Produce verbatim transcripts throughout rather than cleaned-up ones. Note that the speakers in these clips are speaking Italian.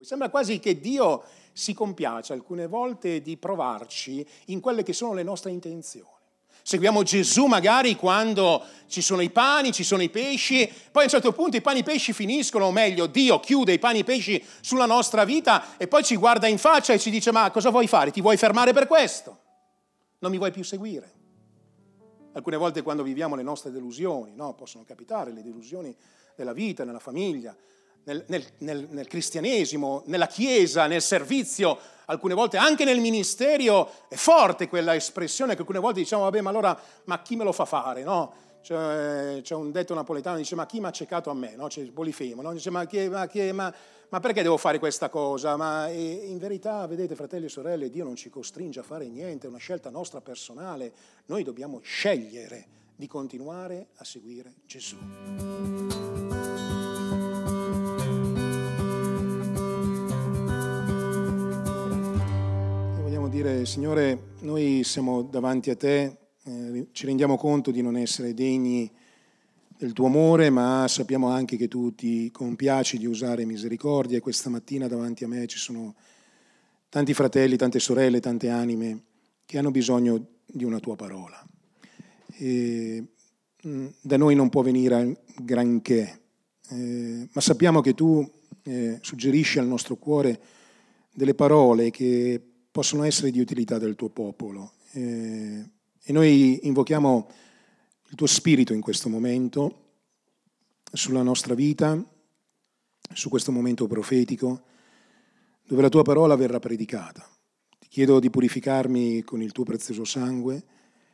Sembra quasi che Dio si compiace alcune volte di provarci in quelle che sono le nostre intenzioni. Seguiamo Gesù magari quando ci sono i pani, ci sono i pesci, poi a un certo punto i pani e i pesci finiscono, o meglio, Dio chiude i pani e i pesci sulla nostra vita e poi ci guarda in faccia e ci dice: ma cosa vuoi fare? Ti vuoi fermare per questo? Non mi vuoi più seguire? Alcune volte quando viviamo le nostre delusioni, no? Possono capitare le delusioni della vita, nella famiglia, nel, nel, nel, nel cristianesimo, nella chiesa, nel servizio, alcune volte anche nel ministero. È forte quella espressione che alcune volte diciamo: vabbè, ma allora, ma chi me lo fa fare, no? C'è, c'è un detto napoletano che dice: ma chi mi ha accecato a me, no? C'è il Polifemo, no? Dice: ma, chi, ma, chi, ma, ma perché devo fare questa cosa? Ma e, in verità, vedete, fratelli e sorelle, Dio non ci costringe a fare niente, è una scelta nostra personale. Noi dobbiamo scegliere di continuare a seguire Gesù. Dire: Signore, noi siamo davanti a te, eh, ci rendiamo conto di non essere degni del tuo amore, ma sappiamo anche che tu ti compiaci di usare misericordia, e questa mattina davanti a me ci sono tanti fratelli, tante sorelle, tante anime che hanno bisogno di una tua parola. E, mh, da noi non può venire granché, eh, ma sappiamo che tu eh, suggerisci al nostro cuore delle parole che possono essere di utilità del tuo popolo, eh, e noi invochiamo il tuo spirito in questo momento sulla nostra vita, su questo momento profetico dove la tua parola verrà predicata. Ti chiedo di purificarmi con il tuo prezioso sangue,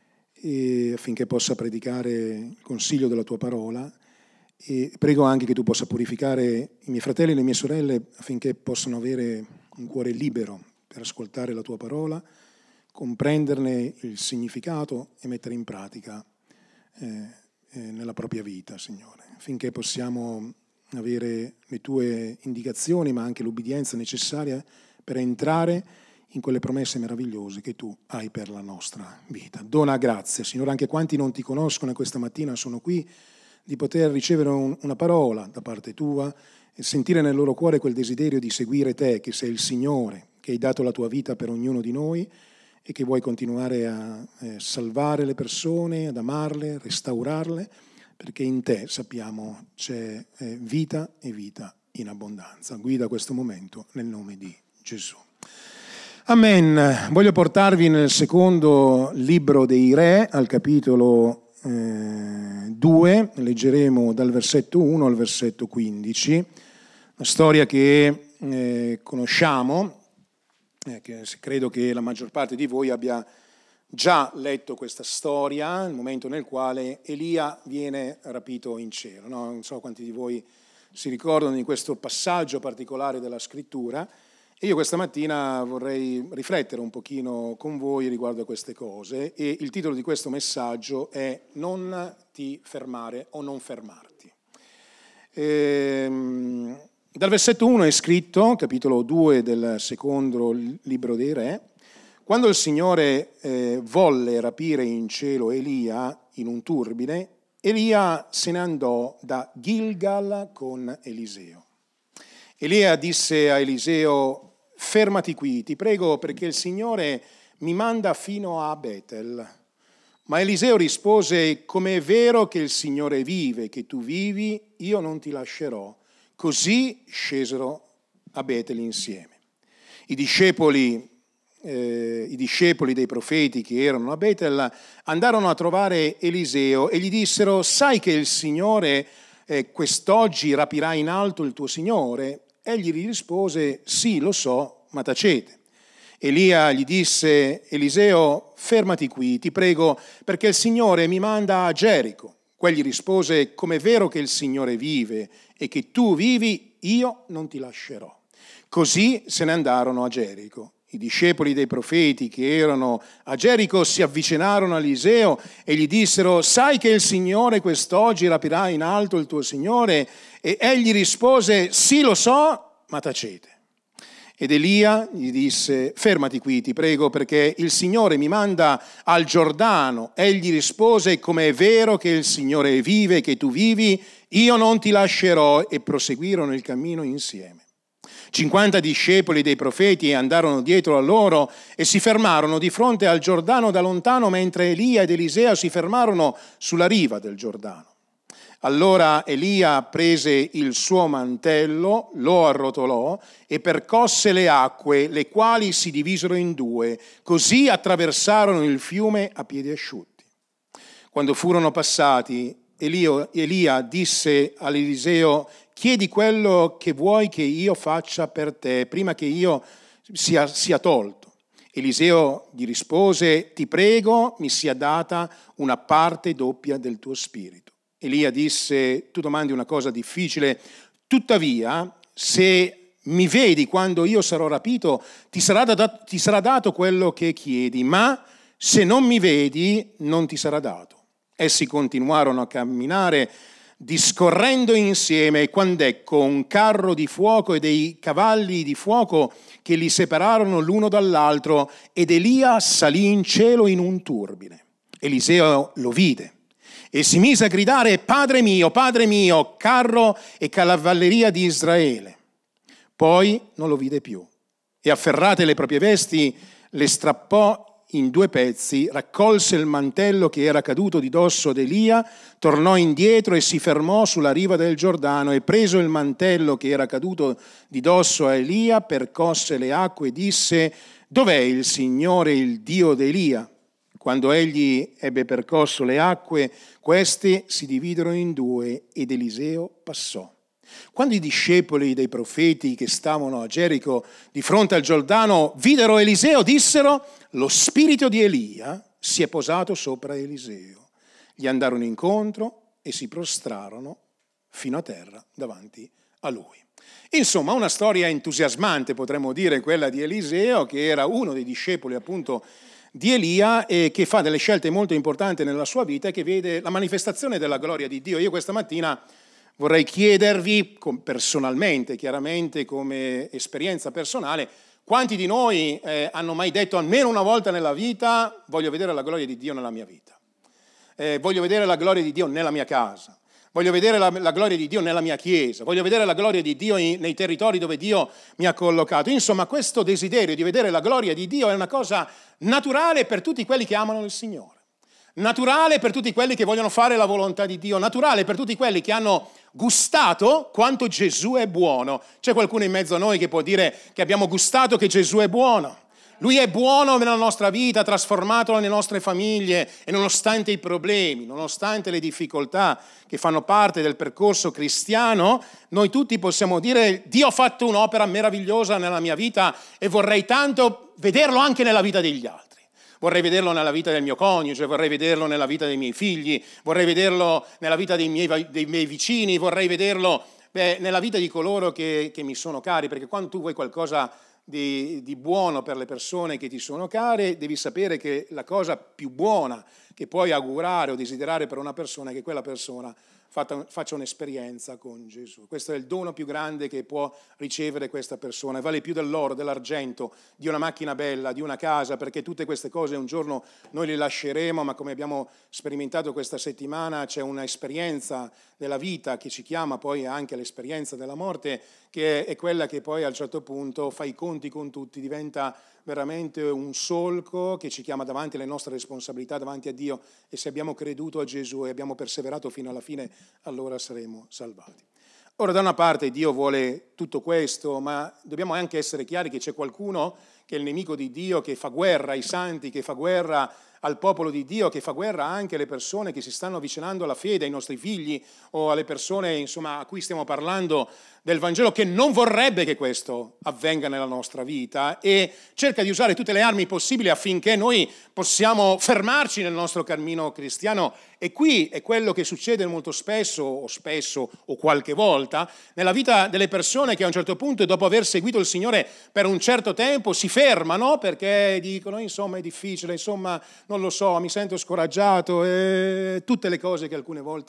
e affinché possa predicare il consiglio della tua parola, e prego anche che tu possa purificare i miei fratelli e le mie sorelle affinché possano avere un cuore libero per ascoltare la tua parola, comprenderne il significato e mettere in pratica eh, eh, nella propria vita, Signore, affinché possiamo avere le tue indicazioni, ma anche l'ubbidienza necessaria per entrare in quelle promesse meravigliose che tu hai per la nostra vita. Dona grazia, Signore, anche quanti non ti conoscono questa mattina sono qui, di poter ricevere un, una parola da parte tua e sentire nel loro cuore quel desiderio di seguire te, che sei il Signore, che hai dato la tua vita per ognuno di noi e che vuoi continuare a eh, salvare le persone, ad amarle, restaurarle, perché in te sappiamo c'è eh, vita e vita in abbondanza. Guida questo momento nel nome di Gesù. Amen. Voglio portarvi nel secondo libro dei Re, al capitolo eh, due, leggeremo dal versetto uno al versetto quindici, una storia che eh, conosciamo, Eh, che credo che la maggior parte di voi abbia già letto questa storia, il momento nel quale Elia viene rapito in cielo. No? Non so quanti di voi si ricordano di questo passaggio particolare della scrittura, e io questa mattina vorrei riflettere un pochino con voi riguardo a queste cose, e il titolo di questo messaggio è "Non ti fermare o non fermarti". Ehm... Dal versetto uno è scritto, capitolo due del secondo libro dei Re: quando il Signore eh, volle rapire in cielo Elia in un turbine, Elia se ne andò da Gilgal con Eliseo. Elia disse a Eliseo: fermati qui, ti prego, perché il Signore mi manda fino a Betel. Ma Eliseo rispose: come è vero che il Signore vive, che tu vivi, io non ti lascerò. Così scesero a Betel insieme. I discepoli, eh, i discepoli dei profeti che erano a Betel andarono a trovare Eliseo e gli dissero: sai che il Signore eh, quest'oggi rapirà in alto il tuo Signore? Egli gli rispose: sì, lo so, ma tacete. Elia gli disse: Eliseo, fermati qui, ti prego, perché il Signore mi manda a Gerico. Quegli rispose: come è vero che il Signore vive e che tu vivi, io non ti lascerò. Così se ne andarono a Gerico. I discepoli dei profeti che erano a Gerico si avvicinarono a Eliseo e gli dissero: sai che il Signore quest'oggi rapirà in alto il tuo Signore? E egli rispose: sì, lo so, ma tacete. Ed Elia gli disse: fermati qui, ti prego, perché il Signore mi manda al Giordano. Egli rispose: come è vero che il Signore vive e che tu vivi, io non ti lascerò. E proseguirono il cammino insieme. cinquanta discepoli dei profeti andarono dietro a loro e si fermarono di fronte al Giordano da lontano, mentre Elia ed Eliseo si fermarono sulla riva del Giordano. Allora Elia prese il suo mantello, lo arrotolò e percosse le acque, le quali si divisero in due, così attraversarono il fiume a piedi asciutti. Quando furono passati, Elia, Elia disse all'Eliseo: chiedi quello che vuoi che io faccia per te, prima che io sia, sia tolto. Eliseo gli rispose: ti prego, mi sia data una parte doppia del tuo spirito. Elia disse: tu domandi una cosa difficile, tuttavia se mi vedi quando io sarò rapito, ti sarà, dato, ti sarà dato quello che chiedi, ma se non mi vedi non ti sarà dato. Essi continuarono a camminare discorrendo insieme, quando ecco un carro di fuoco e dei cavalli di fuoco che li separarono l'uno dall'altro, ed Elia salì in cielo in un turbine. Eliseo lo vide e si mise a gridare: Padre mio, Padre mio, carro e cavalleria di Israele. Poi non lo vide più e, afferrate le proprie vesti, le strappò in due pezzi, raccolse il mantello che era caduto di dosso ad Elia, tornò indietro e si fermò sulla riva del Giordano e, preso il mantello che era caduto di dosso a Elia, percosse le acque e disse: dov'è il Signore, il Dio di Elia? Quando egli ebbe percosso le acque, queste si dividero in due ed Eliseo passò. Quando i discepoli dei profeti che stavano a Gerico di fronte al Giordano videro Eliseo, dissero: lo spirito di Elia si è posato sopra Eliseo. Gli andarono incontro e si prostrarono fino a terra davanti a lui. Insomma, una storia entusiasmante, potremmo dire, quella di Eliseo, che era uno dei discepoli appunto di Elia e che fa delle scelte molto importanti nella sua vita e che vede la manifestazione della gloria di Dio. Io questa mattina vorrei chiedervi personalmente, chiaramente come esperienza personale, quanti di noi eh, hanno mai detto almeno una volta nella vita: voglio vedere la gloria di Dio nella mia vita, eh, voglio vedere la gloria di Dio nella mia casa, voglio vedere la, la gloria di Dio nella mia chiesa, voglio vedere la gloria di Dio in, nei territori dove Dio mi ha collocato. Insomma, questo desiderio di vedere la gloria di Dio è una cosa naturale per tutti quelli che amano il Signore. Naturale per tutti quelli che vogliono fare la volontà di Dio, naturale per tutti quelli che hanno gustato quanto Gesù è buono. C'è qualcuno in mezzo a noi che può dire che abbiamo gustato che Gesù è buono? Lui è buono nella nostra vita, trasformato nelle nostre famiglie, e nonostante i problemi, nonostante le difficoltà che fanno parte del percorso cristiano, noi tutti possiamo dire: Dio ha fatto un'opera meravigliosa nella mia vita e vorrei tanto vederlo anche nella vita degli altri. Vorrei vederlo nella vita del mio coniuge, vorrei vederlo nella vita dei miei figli, vorrei vederlo nella vita dei miei, dei miei vicini, vorrei vederlo beh, nella vita di coloro che, che mi sono cari, perché quando tu vuoi qualcosa di, di buono per le persone che ti sono care, devi sapere che la cosa più buona che puoi augurare o desiderare per una persona è che quella persona faccia un'esperienza con Gesù. Questo è il dono più grande che può ricevere questa persona. Vale più dell'oro, dell'argento, di una macchina bella, di una casa, perché tutte queste cose un giorno noi le lasceremo, ma come abbiamo sperimentato questa settimana c'è un'esperienza della vita che ci chiama poi anche l'esperienza della morte, che è quella che poi a un certo punto fa i conti con tutti, diventa veramente un solco che ci chiama davanti alle nostre responsabilità davanti a Dio, e se abbiamo creduto a Gesù e abbiamo perseverato fino alla fine, allora saremo salvati. Ora, da una parte Dio vuole tutto questo, ma dobbiamo anche essere chiari che c'è qualcuno che è il nemico di Dio, che fa guerra ai santi, che fa guerra al popolo di Dio, che fa guerra anche alle persone che si stanno avvicinando alla fede, ai nostri figli o alle persone, insomma, a cui stiamo parlando del Vangelo, che non vorrebbe che questo avvenga nella nostra vita e cerca di usare tutte le armi possibili affinché noi possiamo fermarci nel nostro cammino cristiano. E qui è quello che succede molto spesso, o spesso o qualche volta, nella vita delle persone che a un certo punto, dopo aver seguito il Signore per un certo tempo, si fermano perché dicono: insomma è difficile, insomma non lo so, mi sento scoraggiato, e tutte le cose che alcune volte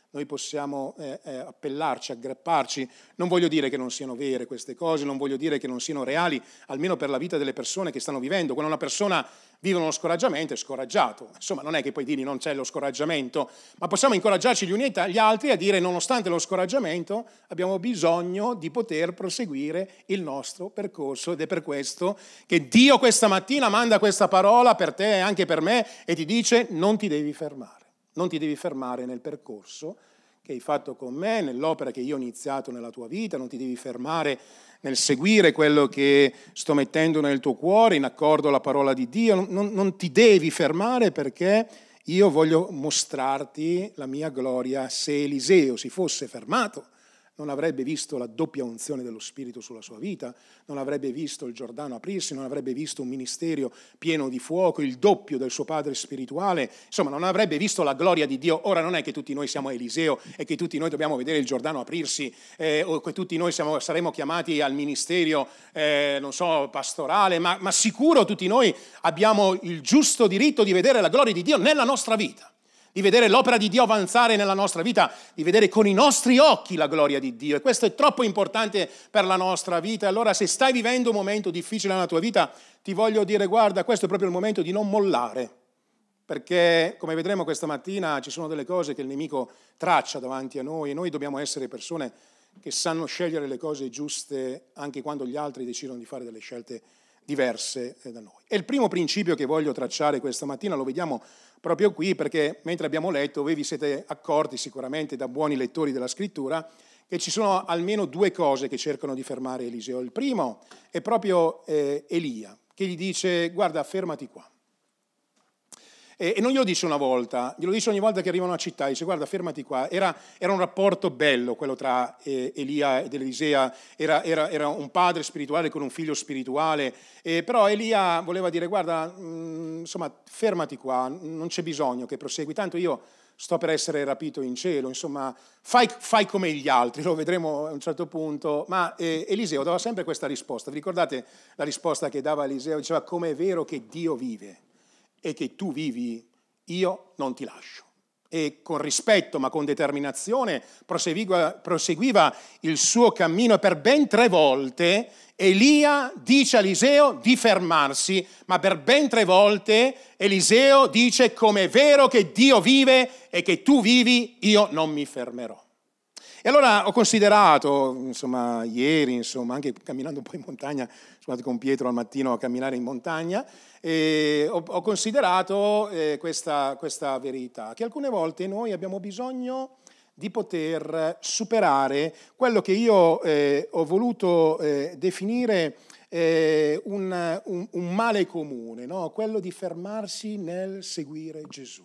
noi possiamo eh, eh, appellarci, aggrapparci. Non voglio dire che non siano vere queste cose, non voglio dire che non siano reali, almeno per la vita delle persone che stanno vivendo. Quando una persona vive uno scoraggiamento è scoraggiato. Insomma, non è che poi dire non c'è lo scoraggiamento, ma possiamo incoraggiarci gli uni e gli altri a dire nonostante lo scoraggiamento abbiamo bisogno di poter proseguire il nostro percorso, ed è per questo che Dio questa mattina manda questa parola per te e anche per me e ti dice non ti devi fermare. Non ti devi fermare nel percorso che hai fatto con me, nell'opera che io ho iniziato nella tua vita, non ti devi fermare nel seguire quello che sto mettendo nel tuo cuore, in accordo alla parola di Dio. Non, non ti devi fermare perché io voglio mostrarti la mia gloria. Se Eliseo si fosse fermato, non avrebbe visto la doppia unzione dello Spirito sulla sua vita, non avrebbe visto il Giordano aprirsi, non avrebbe visto un ministero pieno di fuoco, il doppio del suo padre spirituale, insomma non avrebbe visto la gloria di Dio. Ora non è che tutti noi siamo Eliseo e che tutti noi dobbiamo vedere il Giordano aprirsi eh, o che tutti noi siamo, saremo chiamati al ministero, eh, non so, pastorale, ma, ma sicuro tutti noi abbiamo il giusto diritto di vedere la gloria di Dio nella nostra vita, di vedere l'opera di Dio avanzare nella nostra vita, di vedere con i nostri occhi la gloria di Dio. E questo è troppo importante per la nostra vita. Allora, se stai vivendo un momento difficile nella tua vita, ti voglio dire, guarda, questo è proprio il momento di non mollare, perché, come vedremo questa mattina, ci sono delle cose che il nemico traccia davanti a noi e noi dobbiamo essere persone che sanno scegliere le cose giuste anche quando gli altri decidono di fare delle scelte diverse da noi. E il primo principio che voglio tracciare questa mattina lo vediamo proprio qui, perché mentre abbiamo letto, voi vi siete accorti sicuramente da buoni lettori della scrittura che ci sono almeno due cose che cercano di fermare Eliseo. Il primo è proprio eh, Elia, che gli dice guarda, fermati qua. E, e non glielo dice una volta, glielo dice ogni volta che arriva a una città, dice guarda, fermati qua. Era, era un rapporto bello quello tra eh, Elia ed Elisea, era, era, era un padre spirituale con un figlio spirituale, eh, però Elia voleva dire guarda, mh, insomma, fermati qua, non c'è bisogno che prosegui, tanto io sto per essere rapito in cielo, insomma, fai, fai come gli altri, lo vedremo a un certo punto. Ma eh, Eliseo dava sempre questa risposta. Vi ricordate la risposta che dava Eliseo? Diceva, come è vero che Dio vive e che tu vivi, io non ti lascio. E con rispetto ma con determinazione proseguiva, proseguiva il suo cammino, e per ben tre volte Elia dice a Eliseo di fermarsi, ma per ben tre volte Eliseo dice come è vero che Dio vive e che tu vivi, io non mi fermerò. E allora ho considerato, insomma, ieri, insomma, anche camminando un po' in montagna, sono andato con Pietro al mattino a camminare in montagna, e ho, ho considerato eh, questa, questa verità, che alcune volte noi abbiamo bisogno di poter superare quello che io eh, ho voluto eh, definire eh, un, un, un male comune, no? Quello di fermarsi nel seguire Gesù.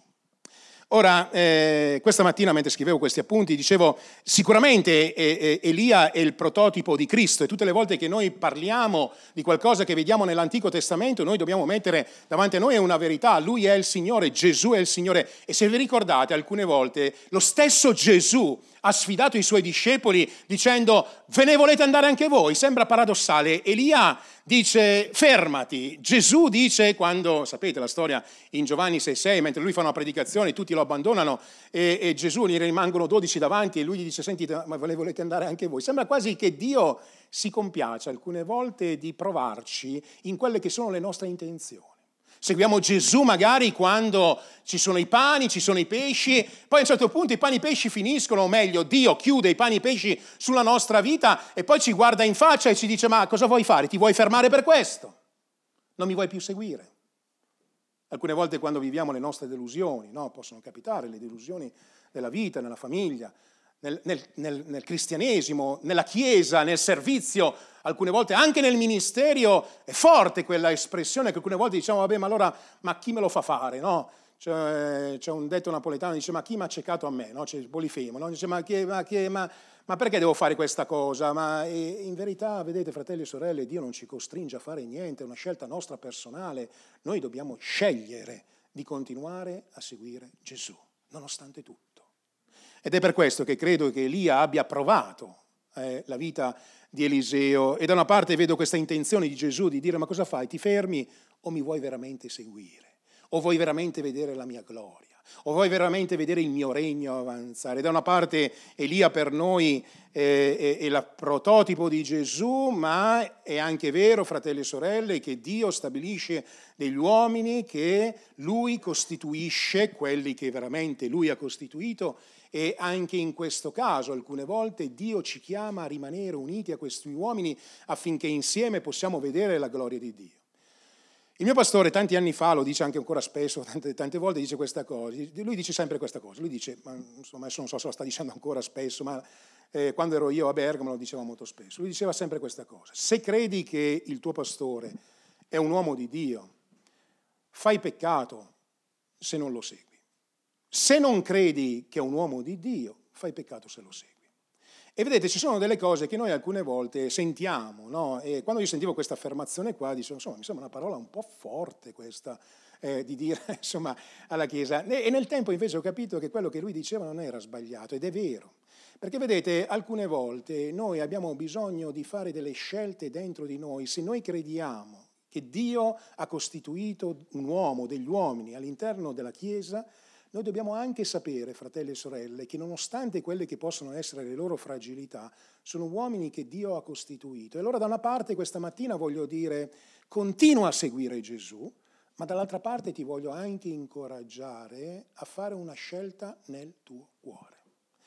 Ora, eh, questa mattina mentre scrivevo questi appunti dicevo sicuramente eh, eh, Elia è il prototipo di Cristo, e tutte le volte che noi parliamo di qualcosa che vediamo nell'Antico Testamento noi dobbiamo mettere davanti a noi una verità: Lui è il Signore, Gesù è il Signore. E se vi ricordate, alcune volte lo stesso Gesù ha sfidato i suoi discepoli dicendo ve ne volete andare anche voi? Sembra paradossale. Elia dice fermati. Gesù dice, quando, sapete la storia in Giovanni sei sei, mentre lui fa una predicazione tutti lo abbandonano e, e Gesù gli rimangono dodici davanti e lui gli dice sentite, ma ve ne volete andare anche voi? Sembra quasi che Dio si compiace alcune volte di provarci in quelle che sono le nostre intenzioni. Seguiamo Gesù magari quando ci sono i pani, ci sono i pesci, poi a un certo punto i pani e i pesci finiscono, o meglio, Dio chiude i pani e i pesci sulla nostra vita e poi ci guarda in faccia e ci dice ma cosa vuoi fare? Ti vuoi fermare per questo? Non mi vuoi più seguire? Alcune volte quando viviamo le nostre delusioni, no? Possono capitare le delusioni della vita, nella famiglia, nel, nel, nel, nel cristianesimo, nella chiesa, nel servizio, alcune volte anche nel ministero. È forte quella espressione che alcune volte diciamo vabbè ma allora ma chi me lo fa fare, no? C'è, c'è un detto napoletano che dice ma chi mi ha accecato a me, no? C'è il Polifemo, no? Dice ma, chi, ma, chi, ma, ma perché devo fare questa cosa? Ma e, in verità, vedete fratelli e sorelle, Dio non ci costringe a fare niente, è una scelta nostra personale. Noi dobbiamo scegliere di continuare a seguire Gesù, nonostante tutto. Ed è per questo che credo che Elia abbia provato eh, la vita di Eliseo, e da una parte vedo questa intenzione di Gesù di dire ma cosa fai? Ti fermi o mi vuoi veramente seguire? O vuoi veramente vedere la mia gloria? O vuoi veramente vedere il mio regno avanzare? Da una parte Elia per noi è, è, è il prototipo di Gesù, ma è anche vero, fratelli e sorelle, che Dio stabilisce degli uomini che Lui costituisce, quelli che veramente Lui ha costituito, e anche in questo caso alcune volte Dio ci chiama a rimanere uniti a questi uomini affinché insieme possiamo vedere la gloria di Dio. Il mio pastore tanti anni fa, lo dice anche ancora spesso, tante, tante volte dice questa cosa, lui dice sempre questa cosa, lui dice, ma insomma adesso non so se lo sta dicendo ancora spesso, ma eh, quando ero io a Bergamo lo diceva molto spesso, lui diceva sempre questa cosa: se credi che il tuo pastore è un uomo di Dio, fai peccato se non lo segui. Se non credi che è un uomo di Dio, fai peccato se lo segui. E vedete, ci sono delle cose che noi alcune volte sentiamo, no? E quando io sentivo questa affermazione qua, dicevo, insomma, mi sembra una parola un po' forte questa, eh, di dire, insomma, alla Chiesa. E nel tempo invece ho capito che quello che lui diceva non era sbagliato, ed è vero. Perché vedete, alcune volte noi abbiamo bisogno di fare delle scelte dentro di noi. Se noi crediamo che Dio ha costituito un uomo, degli uomini all'interno della Chiesa, noi dobbiamo anche sapere, fratelli e sorelle, che nonostante quelle che possono essere le loro fragilità, sono uomini che Dio ha costituito. E allora da una parte questa mattina voglio dire, continua a seguire Gesù, ma dall'altra parte ti voglio anche incoraggiare a fare una scelta nel tuo cuore.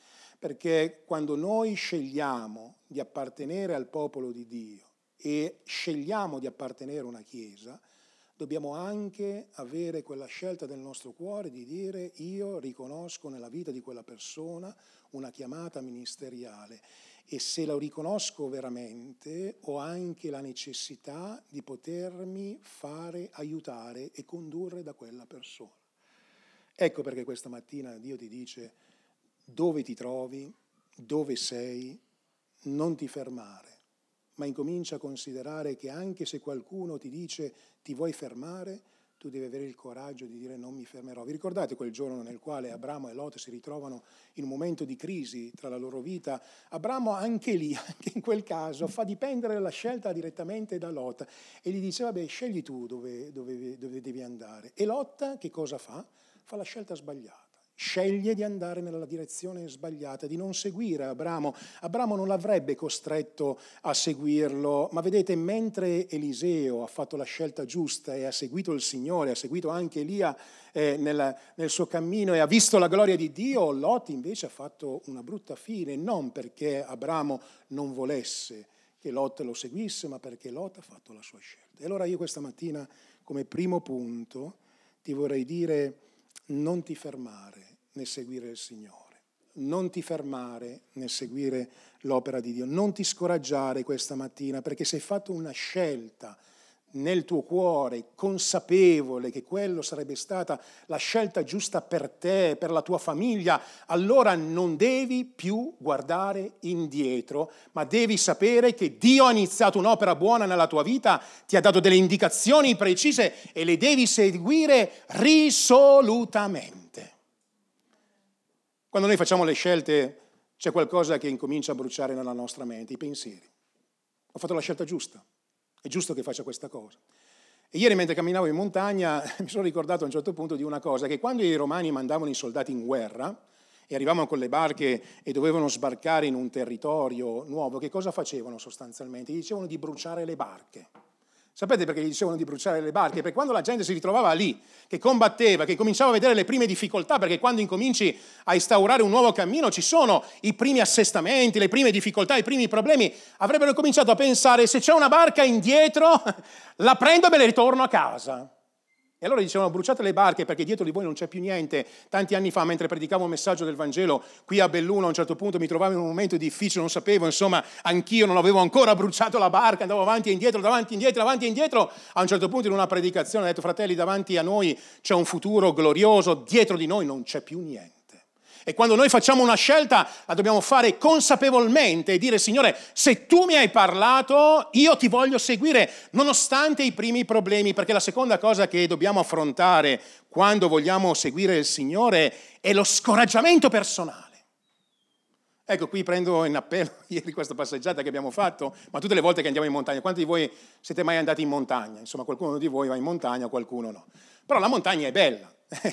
Perché quando noi scegliamo di appartenere al popolo di Dio e scegliamo di appartenere a una Chiesa, dobbiamo anche avere quella scelta del nostro cuore di dire: io riconosco nella vita di quella persona una chiamata ministeriale, e se la riconosco veramente ho anche la necessità di potermi fare aiutare e condurre da quella persona. Ecco perché questa mattina Dio ti dice: dove ti trovi, dove sei, non ti fermare, ma incomincia a considerare che anche se qualcuno ti dice ti vuoi fermare, tu devi avere il coraggio di dire non mi fermerò. Vi ricordate quel giorno nel quale Abramo e Lot si ritrovano in un momento di crisi tra la loro vita? Abramo anche lì, anche in quel caso, fa dipendere la scelta direttamente da Lot e gli dice vabbè, scegli tu dove, dove, dove devi andare. E Lot che cosa fa? Fa la scelta sbagliata. Sceglie di andare nella direzione sbagliata, di non seguire Abramo. Abramo non l'avrebbe costretto a seguirlo, ma vedete, mentre Eliseo ha fatto la scelta giusta e ha seguito il Signore, ha seguito anche Elia eh, nel, nel suo cammino e ha visto la gloria di Dio, Lot invece ha fatto una brutta fine, non perché Abramo non volesse che Lot lo seguisse, ma perché Lot ha fatto la sua scelta. E allora io questa mattina, come primo punto, ti vorrei dire: non ti fermare nel seguire il Signore, non ti fermare nel seguire l'opera di Dio, non ti scoraggiare questa mattina, perché se hai fatto una scelta nel tuo cuore, consapevole che quello sarebbe stata la scelta giusta per te, per la tua famiglia, allora non devi più guardare indietro, ma devi sapere che Dio ha iniziato un'opera buona nella tua vita, ti ha dato delle indicazioni precise e le devi seguire risolutamente. Quando noi facciamo le scelte c'è qualcosa che incomincia a bruciare nella nostra mente, i pensieri. Ho fatto la scelta giusta. È giusto che faccia questa cosa. E ieri mentre camminavo in montagna mi sono ricordato a un certo punto di una cosa, che quando i romani mandavano i soldati in guerra e arrivavano con le barche e dovevano sbarcare in un territorio nuovo, che cosa facevano sostanzialmente? Gli dicevano di bruciare le barche. Sapete perché gli dicevano di bruciare le barche? Perché quando la gente si ritrovava lì, che combatteva, che cominciava a vedere le prime difficoltà, perché quando incominci a instaurare un nuovo cammino ci sono i primi assestamenti, le prime difficoltà, i primi problemi, avrebbero cominciato a pensare: se c'è una barca indietro, la prendo e me ne ritorno a casa. E allora dicevano: bruciate le barche perché dietro di voi non c'è più niente. Tanti anni fa, mentre predicavo un messaggio del Vangelo qui a Belluno, a un certo punto mi trovavo in un momento difficile, non sapevo, insomma, anch'io non avevo ancora bruciato la barca, andavo avanti e indietro, davanti e indietro, avanti e indietro. A un certo punto in una predicazione ho detto: fratelli, davanti a noi c'è un futuro glorioso, dietro di noi non c'è più niente. E quando noi facciamo una scelta la dobbiamo fare consapevolmente e dire: Signore, se tu mi hai parlato, io ti voglio seguire nonostante i primi problemi, perché la seconda cosa che dobbiamo affrontare quando vogliamo seguire il Signore è lo scoraggiamento personale. Ecco, qui prendo in appello ieri questa passeggiata che abbiamo fatto, ma tutte le volte che andiamo in montagna, quanti di voi siete mai andati in montagna? Insomma, qualcuno di voi va in montagna, qualcuno no. Però la montagna è bella. Cioè,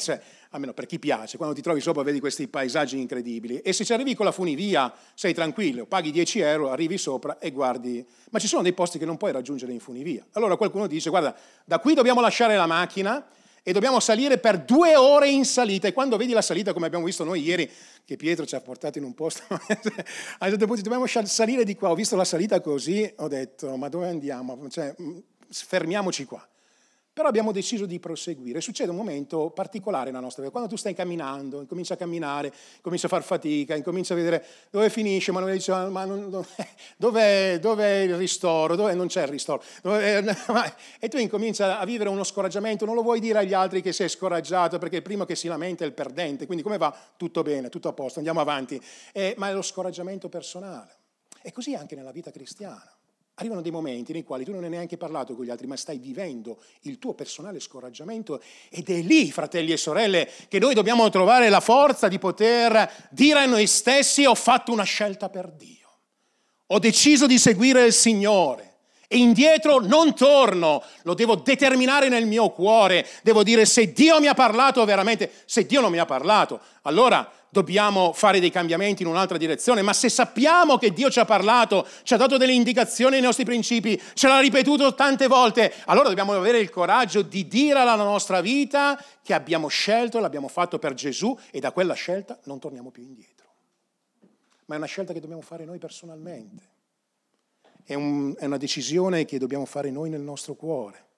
almeno per chi piace, quando ti trovi sopra vedi questi paesaggi incredibili, e se ci arrivi con la funivia sei tranquillo, paghi dieci euro, arrivi sopra e guardi, ma ci sono dei posti che non puoi raggiungere in funivia. Allora qualcuno dice, guarda, da qui dobbiamo lasciare la macchina e dobbiamo salire per due ore in salita, e quando vedi la salita, come abbiamo visto noi ieri, che Pietro ci ha portato in un posto, a un certo punto dobbiamo salire di qua, ho visto la salita così, ho detto, ma dove andiamo? Cioè, fermiamoci qua. Però abbiamo deciso di proseguire. Succede un momento particolare nella nostra vita, quando tu stai camminando, incominci a camminare, incominci a far fatica, incominci a vedere dove finisce, ma non dice, ma non, dov'è, dov'è il ristoro, dov'è? Non c'è il ristoro. Dov'è? E tu incominci a vivere uno scoraggiamento, non lo vuoi dire agli altri che sei scoraggiato, perché il primo che si lamenta è il perdente, quindi come va? Tutto bene, tutto a posto, andiamo avanti. Eh, ma è lo scoraggiamento personale. E così anche nella vita cristiana. Arrivano dei momenti nei quali tu non hai neanche parlato con gli altri, ma stai vivendo il tuo personale scoraggiamento, ed è lì, fratelli e sorelle, che noi dobbiamo trovare la forza di poter dire a noi stessi: ho fatto una scelta per Dio, ho deciso di seguire il Signore e indietro non torno, lo devo determinare nel mio cuore, devo dire: se Dio mi ha parlato veramente, se Dio non mi ha parlato, allora dobbiamo fare dei cambiamenti in un'altra direzione, ma se sappiamo che Dio ci ha parlato, ci ha dato delle indicazioni nei nostri principi, ce l'ha ripetuto tante volte, allora dobbiamo avere il coraggio di dire alla nostra vita che abbiamo scelto, l'abbiamo fatto per Gesù, e da quella scelta non torniamo più indietro. Ma è una scelta che dobbiamo fare noi personalmente, è, un, è una decisione che dobbiamo fare noi nel nostro cuore.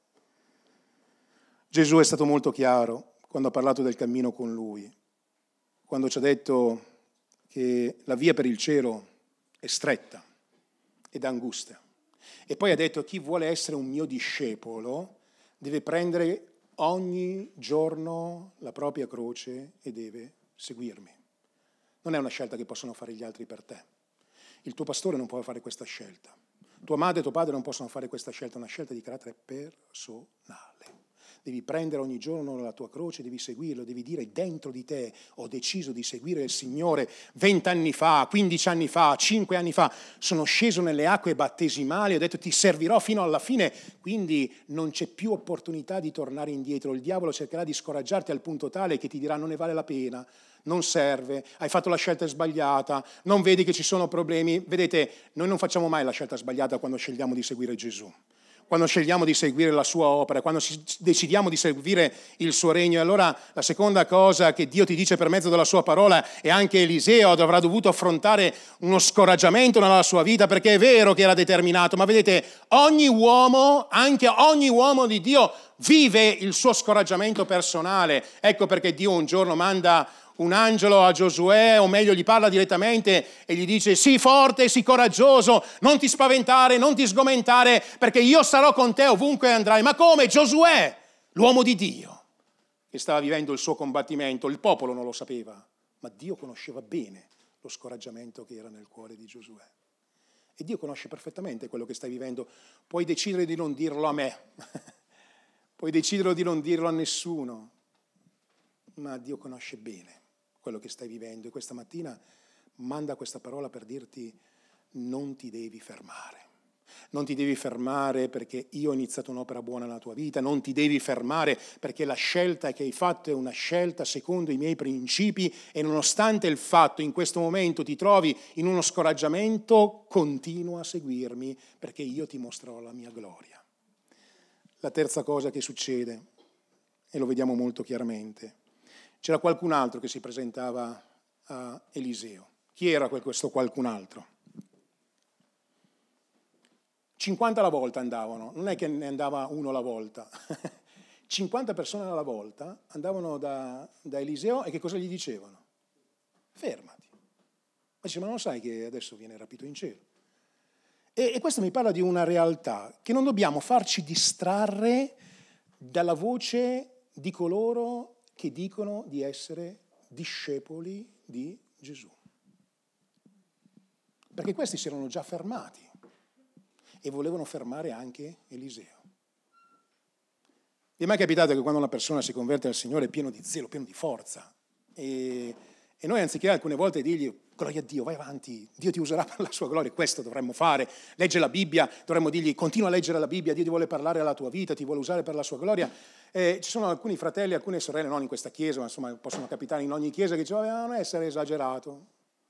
Gesù è stato molto chiaro quando ha parlato del cammino con Lui, quando ci ha detto che la via per il cielo è stretta ed angusta. E poi ha detto: chi vuole essere un mio discepolo deve prendere ogni giorno la propria croce e deve seguirmi. Non è una scelta che possono fare gli altri per te. Il tuo pastore non può fare questa scelta. Tua madre e tuo padre non possono fare questa scelta, è una scelta di carattere personale. Devi prendere ogni giorno la tua croce, devi seguirlo, devi dire dentro di te: ho deciso di seguire il Signore. Vent'anni fa, quindici anni fa, cinque anni fa sono sceso nelle acque battesimali, ho detto: ti servirò fino alla fine, quindi non c'è più opportunità di tornare indietro. Il diavolo cercherà di scoraggiarti al punto tale che ti dirà: non ne vale la pena, non serve, hai fatto la scelta sbagliata, non vedi che ci sono problemi. Vedete, noi non facciamo mai la scelta sbagliata quando scegliamo di seguire Gesù, quando scegliamo di seguire la sua opera, quando decidiamo di seguire il suo regno. E allora la seconda cosa che Dio ti dice per mezzo della sua parola, e anche Eliseo avrà dovuto affrontare uno scoraggiamento nella sua vita, perché è vero che era determinato, ma vedete, ogni uomo, anche ogni uomo di Dio, vive il suo scoraggiamento personale. Ecco perché Dio un giorno manda un angelo a Giosuè, o meglio gli parla direttamente e gli dice: sii forte, sii coraggioso, non ti spaventare, non ti sgomentare, perché io sarò con te ovunque andrai. Ma come? Giosuè, l'uomo di Dio, che stava vivendo il suo combattimento, il popolo non lo sapeva, ma Dio conosceva bene lo scoraggiamento che era nel cuore di Giosuè. E Dio conosce perfettamente quello che stai vivendo. Puoi decidere di non dirlo a me, puoi decidere di non dirlo a nessuno, ma Dio conosce bene quello che stai vivendo, e questa mattina manda questa parola per dirti: non ti devi fermare. Non ti devi fermare perché io ho iniziato un'opera buona nella tua vita, non ti devi fermare perché la scelta che hai fatto è una scelta secondo i miei principi, e nonostante il fatto in questo momento ti trovi in uno scoraggiamento, continua a seguirmi perché io ti mostrerò la mia gloria. La terza cosa che succede, e lo vediamo molto chiaramente, c'era qualcun altro che si presentava a Eliseo. Chi era questo qualcun altro? cinquanta alla volta andavano, non è che ne andava uno alla volta. cinquanta persone alla volta andavano da, da Eliseo, e che cosa gli dicevano? Fermati. Ma dice: ma non sai che adesso viene rapito in cielo? E, e questo mi parla di una realtà, che non dobbiamo farci distrarre dalla voce di coloro che dicono di essere discepoli di Gesù. Perché questi si erano già fermati e volevano fermare anche Eliseo. Vi è mai capitato che quando una persona si converte al Signore è pieno di zelo, pieno di forza, e, e noi anziché alcune volte dirgli: gloria a Dio, vai avanti, Dio ti userà per la sua gloria, questo dovremmo fare, legge la Bibbia, dovremmo dirgli continua a leggere la Bibbia, Dio ti vuole parlare alla tua vita, ti vuole usare per la sua gloria. Eh, ci sono alcuni fratelli, alcune sorelle, non in questa chiesa, ma insomma possono capitare in ogni chiesa, che dicono non essere esagerato,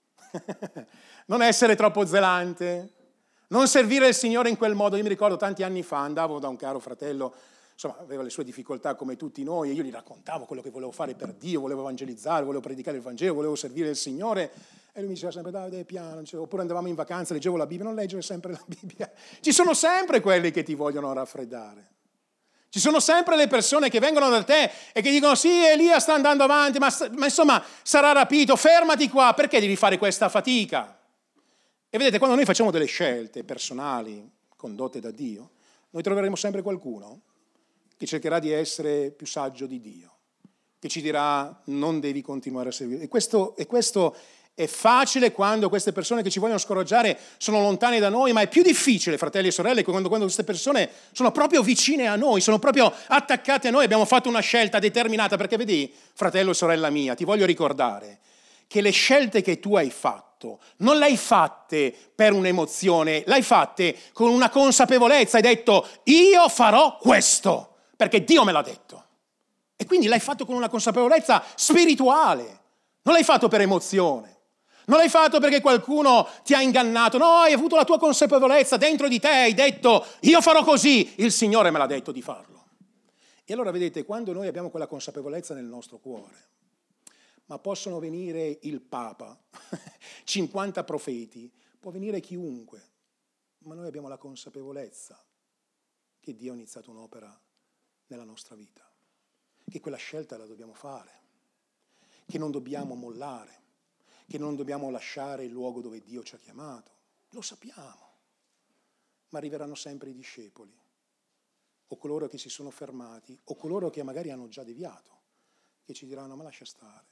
non essere troppo zelante, non servire il Signore in quel modo. Io mi ricordo tanti anni fa, andavo da un caro fratello, insomma aveva le sue difficoltà come tutti noi, e io gli raccontavo quello che volevo fare per Dio, volevo evangelizzare, volevo predicare il Vangelo, volevo servire il Signore, e lui mi diceva sempre Davide piano, oppure andavamo in vacanza, leggevo la Bibbia, non leggere sempre la Bibbia. Ci sono sempre quelli che ti vogliono raffreddare, ci sono sempre le persone che vengono da te e che dicono sì, Elia sta andando avanti, ma, ma insomma sarà rapito, fermati qua, perché devi fare questa fatica? E vedete, quando noi facciamo delle scelte personali condotte da Dio, noi troveremo sempre qualcuno che cercherà di essere più saggio di Dio, che ci dirà non devi continuare a seguire. E questo, e questo è facile quando queste persone che ci vogliono scoraggiare sono lontane da noi, ma è più difficile, fratelli e sorelle, quando, quando queste persone sono proprio vicine a noi, sono proprio attaccate a noi, abbiamo fatto una scelta determinata, perché vedi, fratello e sorella mia, ti voglio ricordare che le scelte che tu hai fatto non le hai fatte per un'emozione, le hai fatte con una consapevolezza, hai detto io farò questo, perché Dio me l'ha detto. E quindi l'hai fatto con una consapevolezza spirituale, non l'hai fatto per emozione, non l'hai fatto perché qualcuno ti ha ingannato, no, hai avuto la tua consapevolezza dentro di te, hai detto io farò così, il Signore me l'ha detto di farlo. E allora vedete, quando noi abbiamo quella consapevolezza nel nostro cuore, ma possono venire il Papa, cinquanta profeti, può venire chiunque, ma noi abbiamo la consapevolezza che Dio ha iniziato un'opera nella nostra vita, che quella scelta la dobbiamo fare, che non dobbiamo mollare, che non dobbiamo lasciare il luogo dove Dio ci ha chiamato. Lo sappiamo, ma arriveranno sempre i discepoli, o coloro che si sono fermati, o coloro che magari hanno già deviato, che ci diranno ma lascia stare.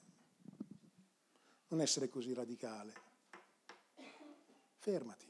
Non essere così radicale. Fermati.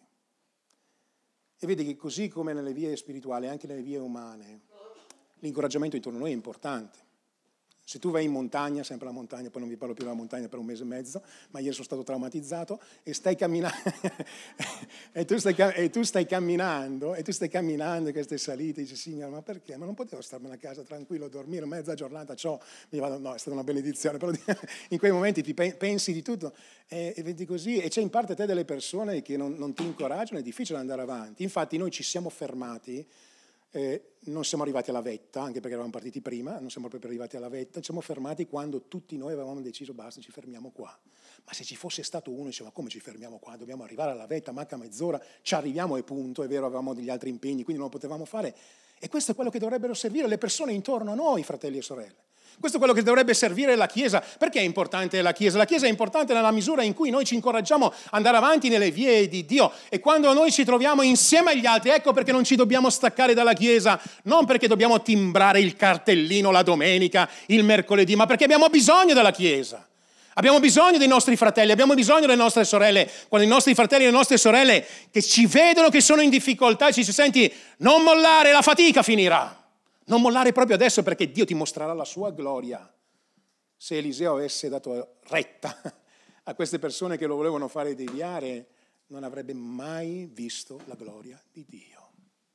E vedi che così come nelle vie spirituali, anche nelle vie umane, l'incoraggiamento intorno a noi è importante. Se tu vai in montagna, sempre la montagna, poi non vi parlo più della montagna per un mese e mezzo, ma ieri sono stato traumatizzato, e stai camminando, e, tu stai, e tu stai camminando, e tu stai camminando in queste salite, e dici, Signore, ma perché? Ma non potevo starmene a casa tranquillo, dormire mezza giornata, ciò, mi vado, no, è stata una benedizione, però in quei momenti ti pensi di tutto, e, e vedi così, e c'è in parte te delle persone che non, non ti incoraggiano, è difficile andare avanti. Infatti noi ci siamo fermati. Eh, non siamo arrivati alla vetta, anche perché eravamo partiti prima, non siamo proprio arrivati alla vetta, ci siamo fermati quando tutti noi avevamo deciso basta, ci fermiamo qua. Ma se ci fosse stato uno, diceva come ci fermiamo qua? Dobbiamo arrivare alla vetta, manca mezz'ora, ci arriviamo e punto, è vero, avevamo degli altri impegni, quindi non lo potevamo fare. E questo è quello che dovrebbero servire le persone intorno a noi, fratelli e sorelle. Questo è quello che dovrebbe servire la Chiesa. Perché è importante la Chiesa? La Chiesa è importante nella misura in cui noi ci incoraggiamo ad andare avanti nelle vie di Dio. E quando noi ci troviamo insieme agli altri, ecco perché non ci dobbiamo staccare dalla Chiesa, non perché dobbiamo timbrare il cartellino la domenica, il mercoledì, ma perché abbiamo bisogno della Chiesa. Abbiamo bisogno dei nostri fratelli, abbiamo bisogno delle nostre sorelle, quando i nostri fratelli e le nostre sorelle che ci vedono che sono in difficoltà, ci si senti non mollare, la fatica finirà. Non mollare proprio adesso perché Dio ti mostrerà la sua gloria. Se Eliseo avesse dato retta a queste persone che lo volevano fare deviare, non avrebbe mai visto la gloria di Dio.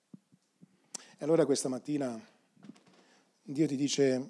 E allora questa mattina Dio ti dice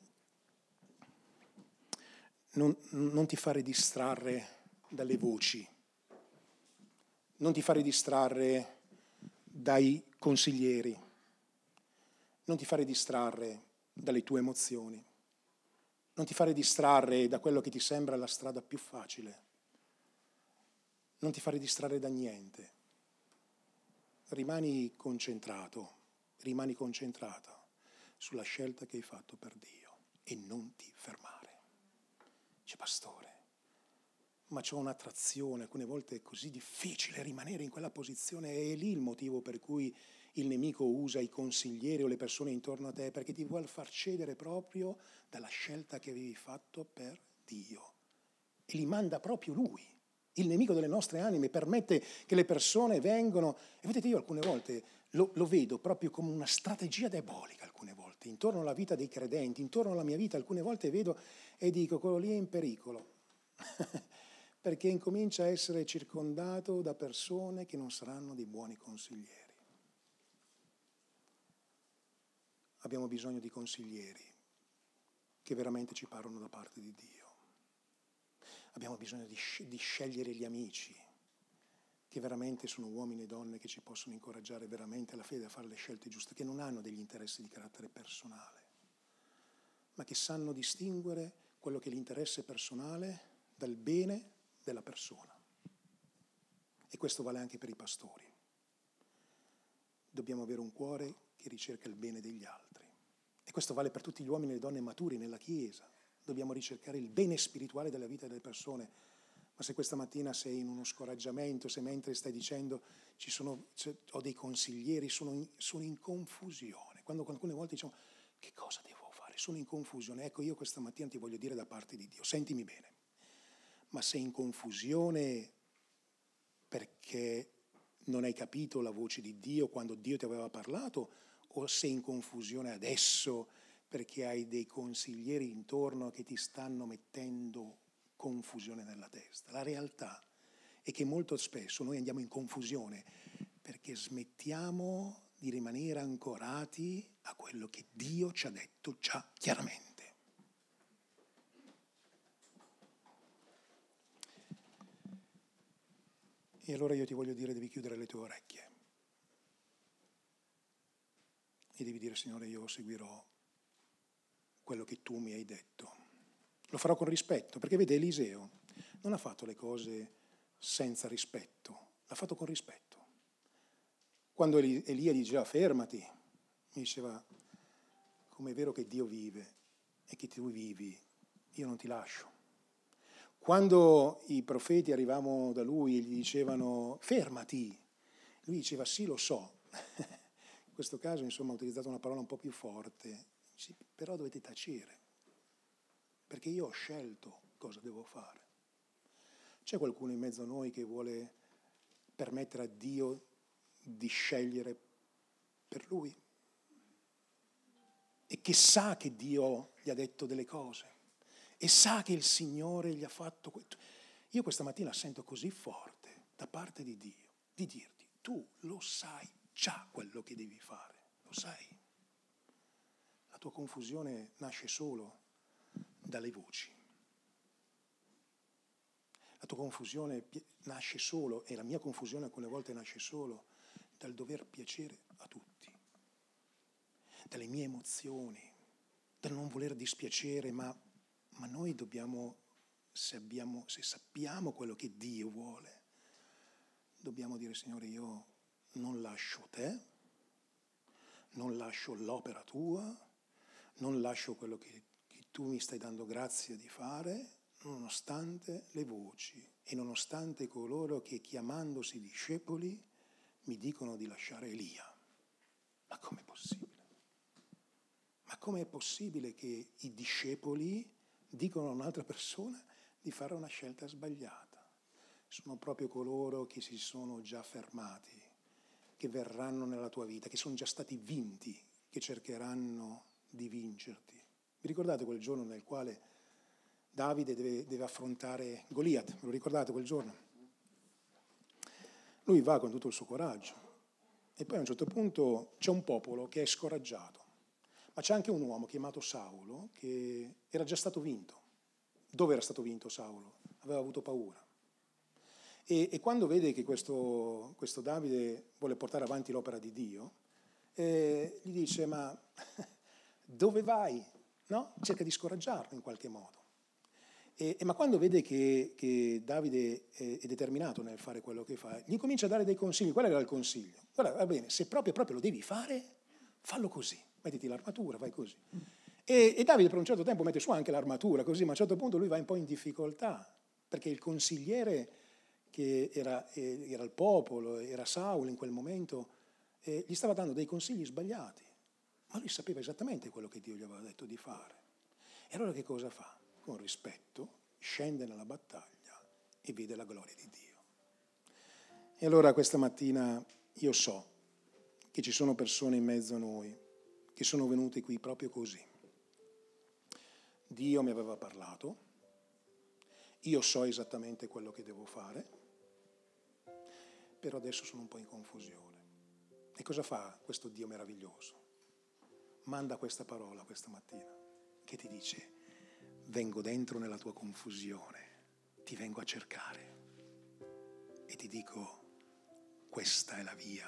non, non ti fare distrarre dalle voci, non ti fare distrarre dai consiglieri, non ti fare distrarre dalle tue emozioni, non ti fare distrarre da quello che ti sembra la strada più facile, non ti fare distrarre da niente. Rimani concentrato, rimani concentrata sulla scelta che hai fatto per Dio e non ti fermare. Dice, pastore, ma c'ho un'attrazione, alcune volte è così difficile rimanere in quella posizione, è lì il motivo per cui il nemico usa i consiglieri o le persone intorno a te, perché ti vuole far cedere proprio dalla scelta che avevi fatto per Dio. E li manda proprio lui, il nemico delle nostre anime, permette che le persone vengano. E vedete, io alcune volte lo, lo vedo proprio come una strategia diabolica, alcune volte, intorno alla vita dei credenti, intorno alla mia vita, alcune volte vedo e dico, quello lì è in pericolo. perché incomincia a essere circondato da persone che non saranno dei buoni consiglieri. Abbiamo bisogno di consiglieri che veramente ci parlano da parte di Dio. Abbiamo bisogno di, sc- di scegliere gli amici che veramente sono uomini e donne che ci possono incoraggiare veramente alla fede a fare le scelte giuste, che non hanno degli interessi di carattere personale, ma che sanno distinguere quello che è l'interesse personale dal bene della persona. E questo vale anche per i pastori. Dobbiamo avere un cuore che ricerca il bene degli altri. E questo vale per tutti gli uomini e le donne maturi nella Chiesa. Dobbiamo ricercare il bene spirituale della vita delle persone. Ma se questa mattina sei in uno scoraggiamento, se mentre stai dicendo ci sono, ho dei consiglieri, sono in, sono in confusione. Quando alcune volte diciamo che cosa devo fare? Sono in confusione. Ecco, io questa mattina ti voglio dire da parte di Dio, sentimi bene. Ma sei in confusione perché non hai capito la voce di Dio quando Dio ti aveva parlato, o sei in confusione adesso perché hai dei consiglieri intorno che ti stanno mettendo confusione nella testa? La realtà è che molto spesso noi andiamo in confusione perché smettiamo di rimanere ancorati a quello che Dio ci ha detto già chiaramente. E allora io ti voglio dire, devi chiudere le tue orecchie e devi dire: Signore, io seguirò quello che tu mi hai detto. Lo farò con rispetto, perché vede, Eliseo non ha fatto le cose senza rispetto, l'ha fatto con rispetto. Quando Elia diceva fermati, mi diceva: come è vero che Dio vive e che tu vivi, io non ti lascio. Quando i profeti arrivavano da lui e gli dicevano fermati, lui diceva sì, lo so. In questo caso, insomma, ha utilizzato una parola un po' più forte, sì, però dovete tacere, perché io ho scelto cosa devo fare. C'è qualcuno in mezzo a noi che vuole permettere a Dio di scegliere per lui? E che sa che Dio gli ha detto delle cose? E sa che il Signore gli ha fatto questo. Io questa mattina sento così forte da parte di Dio di dirti: tu lo sai già quello che devi fare, lo sai. La tua confusione nasce solo dalle voci. La tua confusione nasce solo, e la mia confusione alcune volte nasce solo dal dover piacere a tutti, dalle mie emozioni, dal non voler dispiacere, ma Ma noi dobbiamo, se, abbiamo, se sappiamo quello che Dio vuole, dobbiamo dire: Signore, io non lascio te, non lascio l'opera tua, non lascio quello che, che tu mi stai dando grazia di fare, nonostante le voci e nonostante coloro che, chiamandosi discepoli, mi dicono di lasciare Elia. Ma com'è possibile? Ma com'è possibile che i discepoli dicono a un'altra persona di fare una scelta sbagliata? Sono proprio coloro che si sono già fermati, che verranno nella tua vita, che sono già stati vinti, che cercheranno di vincerti. Vi ricordate quel giorno nel quale Davide deve, deve affrontare Goliat? Ve lo ricordate quel giorno? Lui va con tutto il suo coraggio e poi a un certo punto c'è un popolo che è scoraggiato. Ma c'è anche un uomo chiamato Saulo che era già stato vinto. Dove era stato vinto Saulo? Aveva avuto paura. E, e quando vede che questo, questo Davide vuole portare avanti l'opera di Dio, eh, gli dice: ma dove vai? No? Cerca di scoraggiarlo in qualche modo. E, e ma quando vede che, che Davide è, è determinato nel fare quello che fa, gli comincia a dare dei consigli. Qual era il consiglio? Guarda, va bene, se proprio, proprio lo devi fare, fallo così. Mettiti l'armatura, vai così. E, e Davide per un certo tempo mette su anche l'armatura, così, ma a un certo punto lui va un po' in difficoltà, perché il consigliere che era, eh, era il popolo, era Saulo in quel momento, eh, gli stava dando dei consigli sbagliati, ma lui sapeva esattamente quello che Dio gli aveva detto di fare. E allora che cosa fa? Con rispetto scende nella battaglia e vede la gloria di Dio. E allora questa mattina io so che ci sono persone in mezzo a noi che sono venute qui proprio così. Dio mi aveva parlato io so esattamente quello che devo fare, però adesso sono un po' in confusione. E cosa fa questo Dio meraviglioso? Manda questa parola questa mattina che ti dice: vengo dentro nella tua confusione, ti vengo a cercare e ti dico: questa è la via,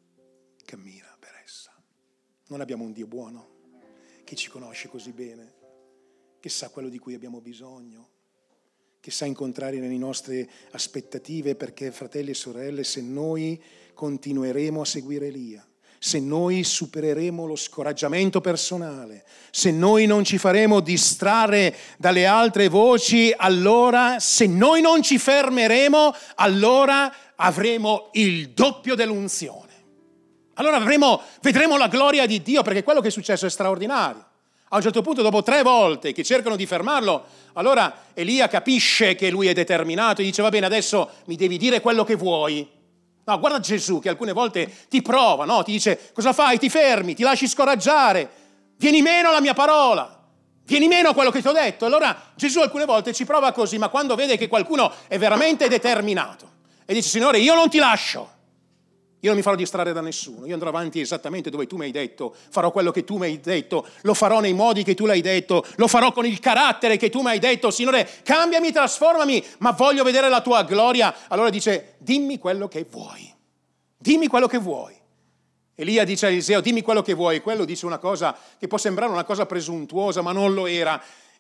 cammina per essa. Non abbiamo un Dio buono che ci conosce così bene, che sa quello di cui abbiamo bisogno, che sa incontrare le nostre aspettative, perché, fratelli e sorelle, se noi continueremo a seguire Elia, se noi supereremo lo scoraggiamento personale, se noi non ci faremo distrarre dalle altre voci, allora, se noi non ci fermeremo, allora avremo il doppio dell'unzione. Allora avremo, vedremo la gloria di Dio, perché quello che è successo è straordinario. A un certo punto, dopo tre volte che cercano di fermarlo, allora Elia capisce che lui è determinato e dice: va bene, adesso mi devi dire quello che vuoi. No, guarda Gesù che alcune volte ti prova, no? Ti dice: cosa fai? Ti fermi, ti lasci scoraggiare, vieni meno alla mia parola, vieni meno a quello che ti ho detto. Allora Gesù alcune volte ci prova così, ma quando vede che qualcuno è veramente determinato e dice: Signore, io non ti lascio, io non mi farò distrarre da nessuno, io andrò avanti esattamente dove tu mi hai detto, farò quello che tu mi hai detto, lo farò nei modi che tu l'hai detto, lo farò con il carattere che tu mi hai detto. Signore, cambiami, trasformami, ma voglio vedere la tua gloria. Allora dice: dimmi quello che vuoi, dimmi quello che vuoi. Elia dice a Eliseo: dimmi quello che vuoi. Quello dice una cosa che può sembrare una cosa presuntuosa, ma non lo era.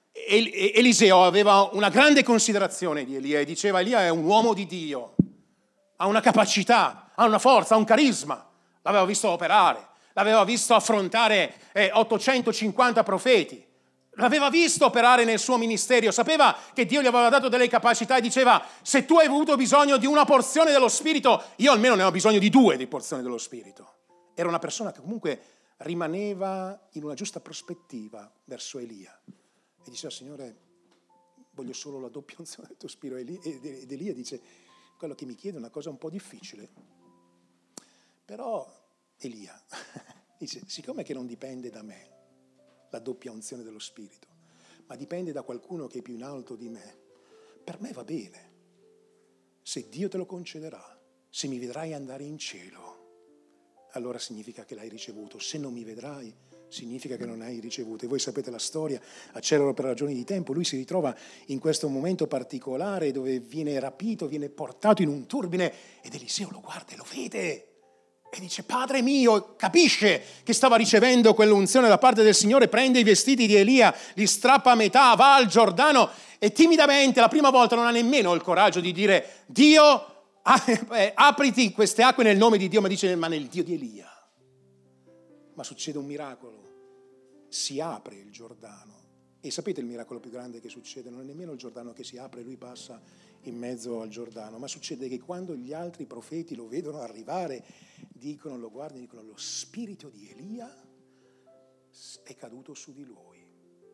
Eliseo aveva una grande considerazione di Elia e diceva: Elia è un uomo di Dio, ha una capacità, ha una forza, ha un carisma. L'aveva visto operare, l'aveva visto affrontare eh, ottocentocinquanta profeti, l'aveva visto operare nel suo ministero, sapeva che Dio gli aveva dato delle capacità e diceva: se tu hai avuto bisogno di una porzione dello Spirito, io almeno ne ho bisogno di due di porzioni dello Spirito. Era una persona che comunque rimaneva in una giusta prospettiva verso Elia e diceva: Signore, voglio solo la doppia unzione del tuo Spirito. Ed Elia dice: quello che mi chiede è una cosa un po' difficile, però Elia dice: siccome che non dipende da me la doppia unzione dello Spirito, ma dipende da qualcuno che è più in alto di me, per me va bene. Se Dio te lo concederà, se mi vedrai andare in cielo, allora significa che l'hai ricevuto. Se non mi vedrai, significa che non hai ricevuto. E voi sapete la storia, accelero per ragioni di tempo, lui si ritrova in questo momento particolare dove viene rapito, viene portato in un turbine ed Eliseo lo guarda e lo vede e dice: Padre mio, capisce che stava ricevendo quell'unzione da parte del Signore, prende i vestiti di Elia, li strappa a metà, va al Giordano e timidamente, la prima volta, non ha nemmeno il coraggio di dire: Dio, apriti queste acque nel nome di Dio, ma dice: ma nel Dio di Elia. Ma succede un miracolo, si apre il Giordano. E sapete il miracolo più grande che succede? Non è nemmeno il Giordano che si apre e lui passa in mezzo al Giordano, ma succede che quando gli altri profeti lo vedono arrivare, dicono, lo guardano e dicono: lo spirito di Elia è caduto su di lui.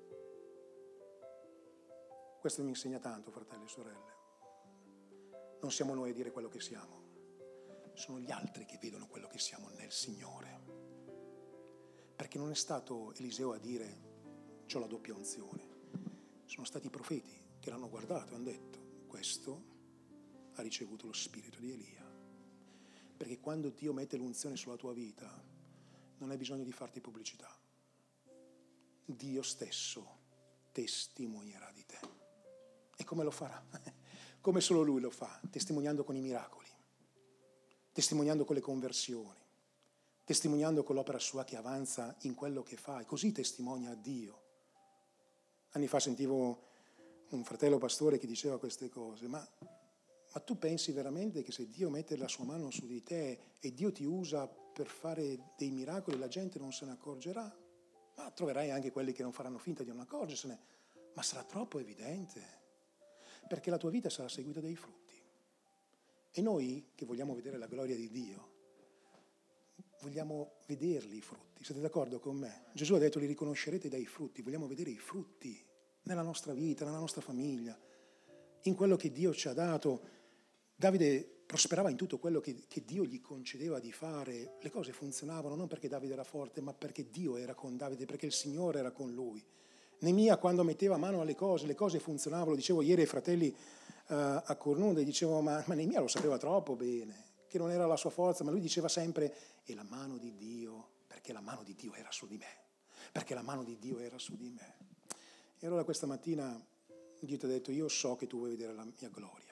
Questo mi insegna tanto, fratelli e sorelle. Non siamo noi a dire quello che siamo, sono gli altri che vedono quello che siamo nel Signore. Perché non è stato Eliseo a dire: c'ho la doppia unzione. Sono stati i profeti che l'hanno guardato e hanno detto: questo ha ricevuto lo spirito di Elia. Perché quando Dio mette l'unzione sulla tua vita, non hai bisogno di farti pubblicità. Dio stesso testimonierà di te. E come lo farà? Come solo Lui lo fa, testimoniando con i miracoli, testimoniando con le conversioni, testimoniando con l'opera sua che avanza in quello che fa, e così testimonia a Dio. Anni fa sentivo un fratello pastore che diceva queste cose: ma, ma tu pensi veramente che se Dio mette la sua mano su di te e Dio ti usa per fare dei miracoli, la gente non se ne accorgerà? Ma troverai anche quelli che non faranno finta di non accorgersene, ma sarà troppo evidente. Perché la tua vita sarà seguita dai frutti. E noi che vogliamo vedere la gloria di Dio, vogliamo vederli i frutti. Siete d'accordo con me? Gesù ha detto: li riconoscerete dai frutti. Vogliamo vedere i frutti nella nostra vita, nella nostra famiglia, in quello che Dio ci ha dato. Davide prosperava in tutto quello che, che Dio gli concedeva di fare. Le cose funzionavano non perché Davide era forte, ma perché Dio era con Davide, perché il Signore era con lui. Neemia, quando metteva mano alle cose, le cose funzionavano. Lo dicevo ieri ai fratelli uh, a Cornunde, dicevo ma, ma Neemia lo sapeva troppo bene, che non era la sua forza, ma lui diceva sempre è la mano di Dio, perché la mano di Dio era su di me, perché la mano di Dio era su di me. E allora questa mattina Dio ti ha detto, io so che tu vuoi vedere la mia gloria,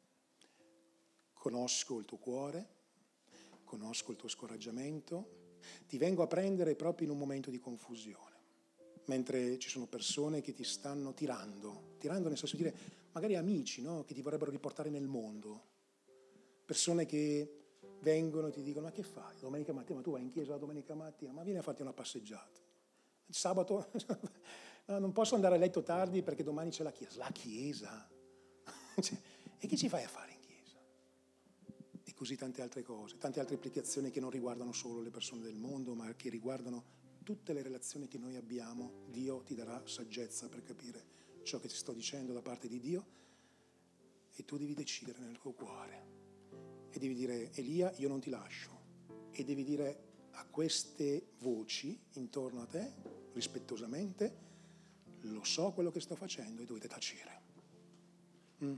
conosco il tuo cuore, conosco il tuo scoraggiamento, ti vengo a prendere proprio in un momento di confusione, mentre ci sono persone che ti stanno tirando, tirando nel senso di dire, magari amici, no? Che ti vorrebbero riportare nel mondo, persone che vengono e ti dicono, ma che fai domenica mattina, ma tu vai in chiesa la domenica mattina, ma vieni a farti una passeggiata, il sabato no, non posso andare a letto tardi perché domani c'è la chiesa, la chiesa, cioè, e che ci fai a fare in chiesa? E così tante altre cose, tante altre applicazioni che non riguardano solo le persone del mondo, ma che riguardano tutte le relazioni che noi abbiamo. Dio ti darà saggezza per capire ciò che ti sto dicendo da parte di Dio, e tu devi decidere nel tuo cuore e devi dire, Elia, io non ti lascio, e devi dire a queste voci intorno a te rispettosamente, lo so quello che sto facendo e dovete tacere. Mm.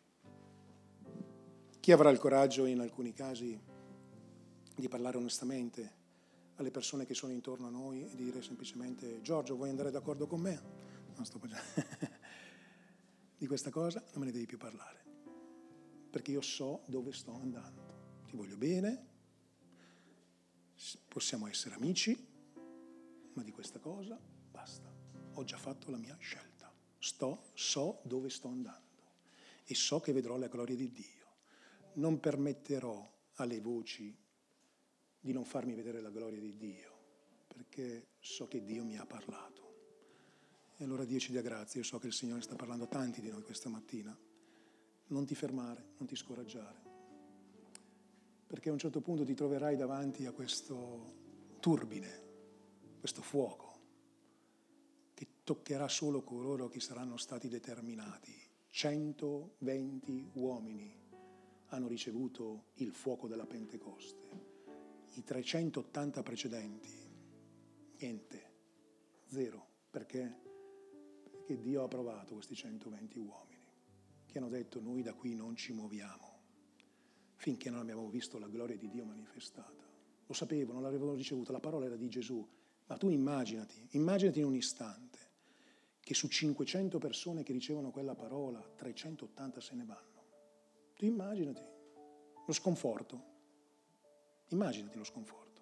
Chi avrà il coraggio in alcuni casi di parlare onestamente alle persone che sono intorno a noi e dire semplicemente, Giorgio, vuoi andare d'accordo con me? Non sto di questa cosa non me ne devi più parlare, perché io so dove sto andando, ti voglio bene, possiamo essere amici, ma di questa cosa basta, ho già fatto la mia scelta, sto, so dove sto andando e so che vedrò la gloria di Dio. Non permetterò alle voci di non farmi vedere la gloria di Dio, perché so che Dio mi ha parlato. E allora Dio ci dia grazia, io so che il Signore sta parlando a tanti di noi questa mattina. Non ti fermare, non ti scoraggiare, perché a un certo punto ti troverai davanti a questo turbine, questo fuoco, che toccherà solo coloro che saranno stati determinati. centoventi uomini hanno ricevuto il fuoco della Pentecoste. I trecentottanta precedenti, niente, zero. Perché? Perché Dio ha provato questi centoventi uomini che hanno detto noi da qui non ci muoviamo finché non abbiamo visto la gloria di Dio manifestata. Lo sapevano, l'avevano ricevuta, la parola era di Gesù, ma tu immaginati, immaginati in un istante che su cinquecento persone che ricevono quella parola, trecentottanta se ne vanno. Tu immaginati lo sconforto, immaginati lo sconforto.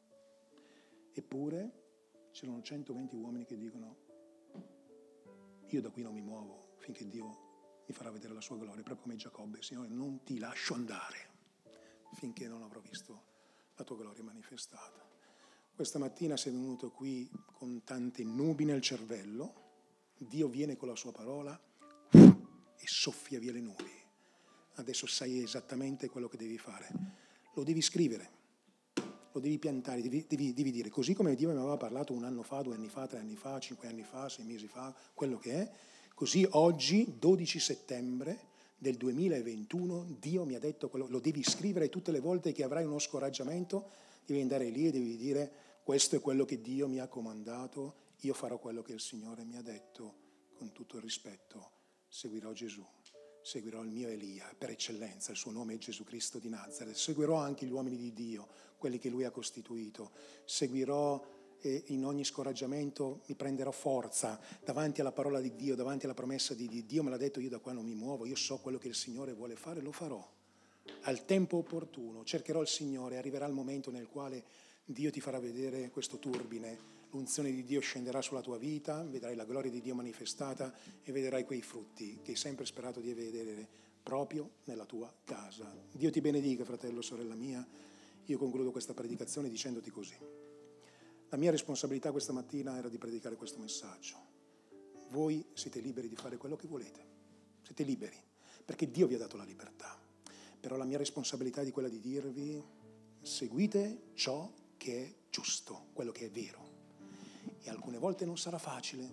Eppure c'erano centoventi uomini che dicono io da qui non mi muovo finché Dio mi farà vedere la sua gloria, proprio come Giacobbe, Signore non ti lascio andare finché non avrò visto la tua gloria manifestata. Questa mattina sei venuto qui con tante nubi nel cervello, Dio viene con la sua parola e soffia via le nubi. Adesso sai esattamente quello che devi fare. Lo devi scrivere, lo devi piantare, devi, devi, devi dire, così come Dio mi aveva parlato un anno fa, due anni fa, tre anni fa, cinque anni fa, sei mesi fa, quello che è, così oggi, dodici settembre del duemilaventuno, Dio mi ha detto quello, lo devi scrivere tutte le volte che avrai uno scoraggiamento, devi andare lì e devi dire, questo è quello che Dio mi ha comandato, io farò quello che il Signore mi ha detto, con tutto il rispetto, seguirò Gesù. Seguirò il mio Elia, per eccellenza, il suo nome è Gesù Cristo di Nazaret. Seguirò anche gli uomini di Dio, quelli che Lui ha costituito. Seguirò eh, in ogni scoraggiamento, mi prenderò forza davanti alla parola di Dio, davanti alla promessa di Dio. Dio me l'ha detto, io da qua non mi muovo, io so quello che il Signore vuole fare, lo farò. Al tempo opportuno cercherò il Signore, arriverà il momento nel quale Dio ti farà vedere questo turbine, l'unzione di Dio scenderà sulla tua vita, vedrai la gloria di Dio manifestata e vedrai quei frutti che hai sempre sperato di vedere proprio nella tua casa. Dio ti benedica, fratello, sorella mia. Io concludo questa predicazione dicendoti così. La mia responsabilità questa mattina era di predicare questo messaggio. Voi siete liberi di fare quello che volete, siete liberi, perché Dio vi ha dato la libertà. Però la mia responsabilità è di quella di dirvi, seguite ciò che è giusto, quello che è vero. E alcune volte non sarà facile,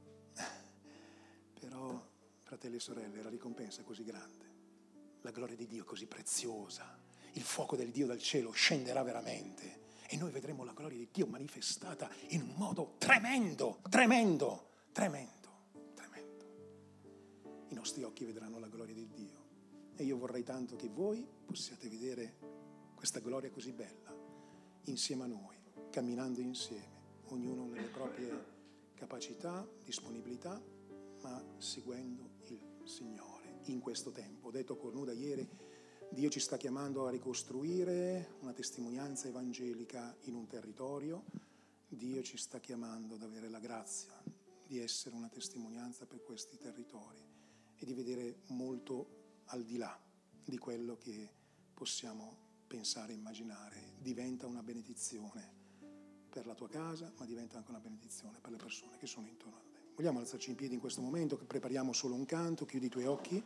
però, fratelli e sorelle, la ricompensa è così grande, la gloria di Dio è così preziosa, il fuoco del Dio dal cielo scenderà veramente e noi vedremo la gloria di Dio manifestata in un modo tremendo, tremendo, tremendo, tremendo. I nostri occhi vedranno la gloria di Dio. E io vorrei tanto che voi possiate vedere questa gloria così bella insieme a noi, camminando insieme, ognuno nelle proprie capacità, disponibilità, ma seguendo il Signore in questo tempo. Ho detto cornuda ieri, Dio ci sta chiamando a ricostruire una testimonianza evangelica in un territorio. Dio ci sta chiamando ad avere la grazia di essere una testimonianza per questi territori e di vedere molto al di là di quello che possiamo pensare e immaginare. Diventa una benedizione per la tua casa, ma diventa anche una benedizione per le persone che sono intorno a te. Vogliamo alzarci in piedi in questo momento, che prepariamo solo un canto, chiudi i tuoi occhi.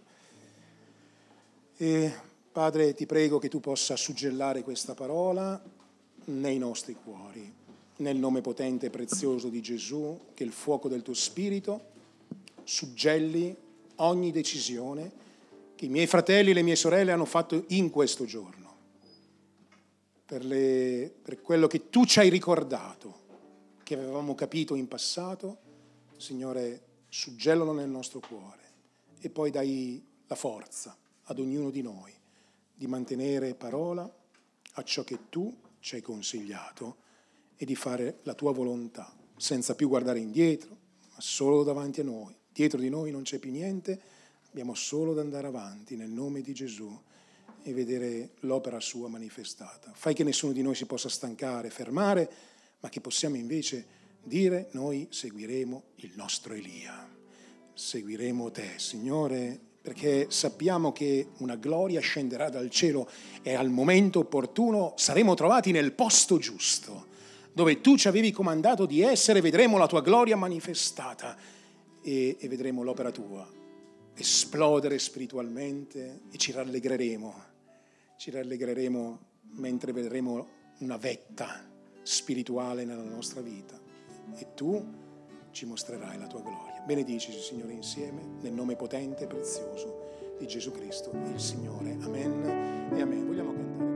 E Padre, ti prego che tu possa suggellare questa parola nei nostri cuori, nel nome potente e prezioso di Gesù, che il fuoco del tuo Spirito suggelli ogni decisione che i miei fratelli e le mie sorelle hanno fatto in questo giorno, per, le, per quello che tu ci hai ricordato, che avevamo capito in passato. Signore, suggellalo nel nostro cuore e poi dai la forza ad ognuno di noi di mantenere parola a ciò che tu ci hai consigliato e di fare la tua volontà, senza più guardare indietro, ma solo davanti a noi. Dietro di noi non c'è più niente, abbiamo solo da andare avanti nel nome di Gesù e vedere l'opera sua manifestata. Fai che nessuno di noi si possa stancare, fermare, ma che possiamo invece dire: noi seguiremo il nostro Elia, seguiremo te, Signore, perché sappiamo che una gloria scenderà dal cielo e al momento opportuno saremo trovati nel posto giusto, dove tu ci avevi comandato di essere. Vedremo la tua gloria manifestata e, e vedremo l'opera tua esplodere spiritualmente e ci rallegreremo, ci rallegreremo mentre vedremo una vetta spirituale nella nostra vita e tu ci mostrerai la tua gloria. Benedici, Signore, insieme, nel nome potente e prezioso di Gesù Cristo, il Signore. Amen e amen. Vogliamo cantare.